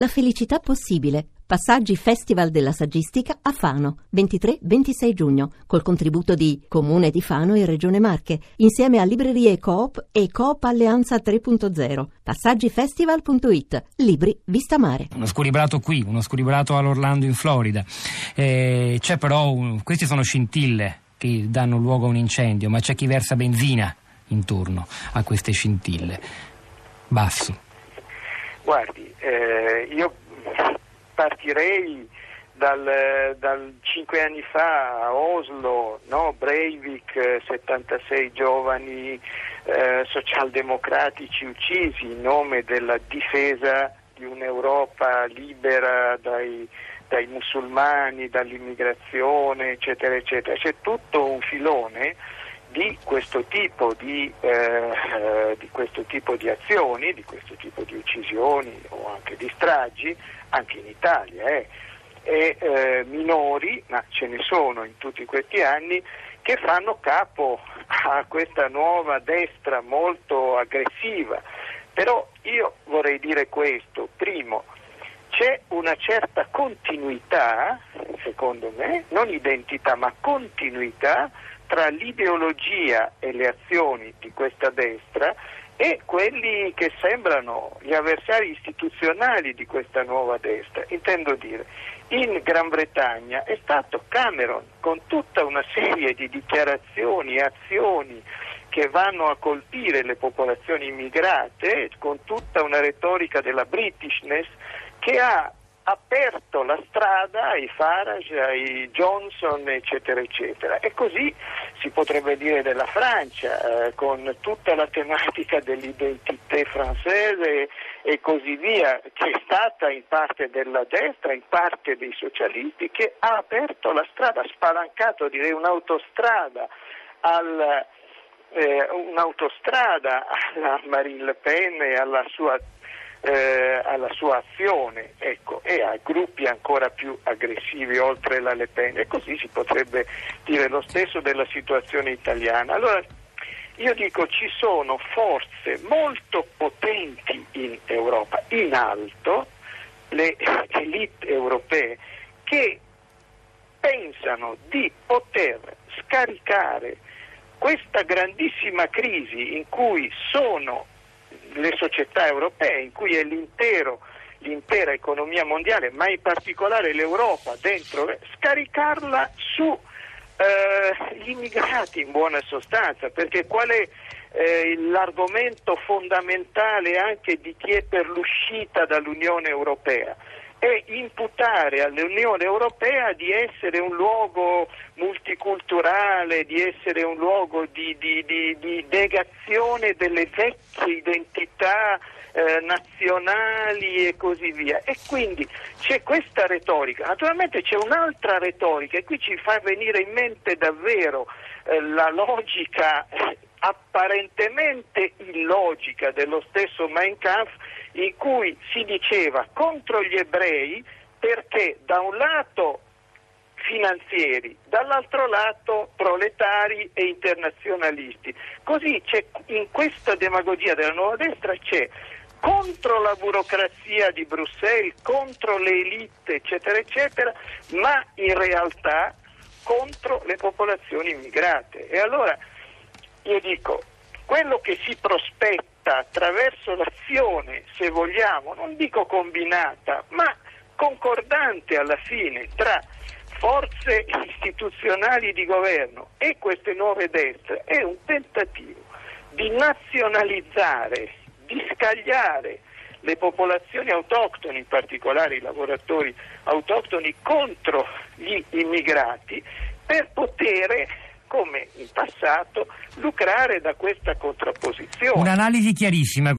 La felicità possibile. Passaggi Festival della Saggistica a Fano, 23-26 giugno, col contributo di Comune di Fano e Regione Marche, insieme a Librerie Coop e Coop Alleanza 3.0. Passaggifestival.it. Libri vista mare. Uno squilibrato qui, uno squilibrato all'Orlando in Florida. C'è però, queste sono scintille che danno luogo a un incendio, ma c'è chi versa benzina intorno a queste scintille. Basso. Guardi, io partirei dal 5 anni fa a Oslo, no? Breivik, 76 giovani socialdemocratici uccisi in nome della difesa di un'Europa libera dai musulmani, dall'immigrazione, eccetera, eccetera. C'è tutto un filone di questo tipo di azioni, di questo tipo di uccisioni o anche di stragi, anche in Italia, minori, ma ce ne sono in tutti questi anni, che fanno capo a questa nuova destra molto aggressiva. Però io vorrei dire questo: primo, c'è una certa continuità, secondo me, non identità ma continuità, tra l'ideologia e le azioni di questa destra e quelli che sembrano gli avversari istituzionali di questa nuova destra. Intendo dire, in Gran Bretagna è stato Cameron, con tutta una serie di dichiarazioni e azioni che vanno a colpire le popolazioni immigrate, con tutta una retorica della Britishness, che ha aperto la strada ai Farage, ai Johnson, eccetera, eccetera. E così si potrebbe dire della Francia, con tutta la tematica dell'identité française e così via, che è stata in parte della destra, in parte dei socialisti, che ha aperto la strada, ha spalancato, direi, un'autostrada alla Marine Le Pen e alla sua azione, ecco, e a gruppi ancora più aggressivi oltre la Le Pen, e così si potrebbe dire lo stesso della situazione italiana. Allora io dico, ci sono forze molto potenti in Europa, in alto, le elite europee, che pensano di poter scaricare questa grandissima crisi in cui sono le società europee, in cui è l'intera economia mondiale, ma in particolare l'Europa dentro, scaricarla su gli immigrati, in buona sostanza, perché qual è l'argomento fondamentale anche di chi è per l'uscita dall'Unione Europea? È imputare all'Unione Europea di essere un luogo multiculturale, di essere un luogo di negazione delle vecchie identità nazionali e così via. E quindi c'è questa retorica. Naturalmente c'è un'altra retorica, e qui ci fa venire in mente davvero la logica apparentemente illogica dello stesso Mein Kampf, in cui si diceva contro gli ebrei perché da un lato finanzieri, dall'altro lato proletari e internazionalisti. Così c'è, in questa demagogia della nuova destra, c'è contro la burocrazia di Bruxelles, contro le elite, eccetera, eccetera, ma in realtà contro le popolazioni immigrate. E allora io dico, quello che si prospetta attraverso l'azione, se vogliamo, non dico combinata, ma concordante alla fine tra forze istituzionali di governo e queste nuove destre, è un tentativo di nazionalizzare, di scagliare le popolazioni autoctone, in particolare i lavoratori autoctoni, contro gli immigrati, per poter, come in passato, lucrare da questa contrapposizione. Un'analisi chiarissima.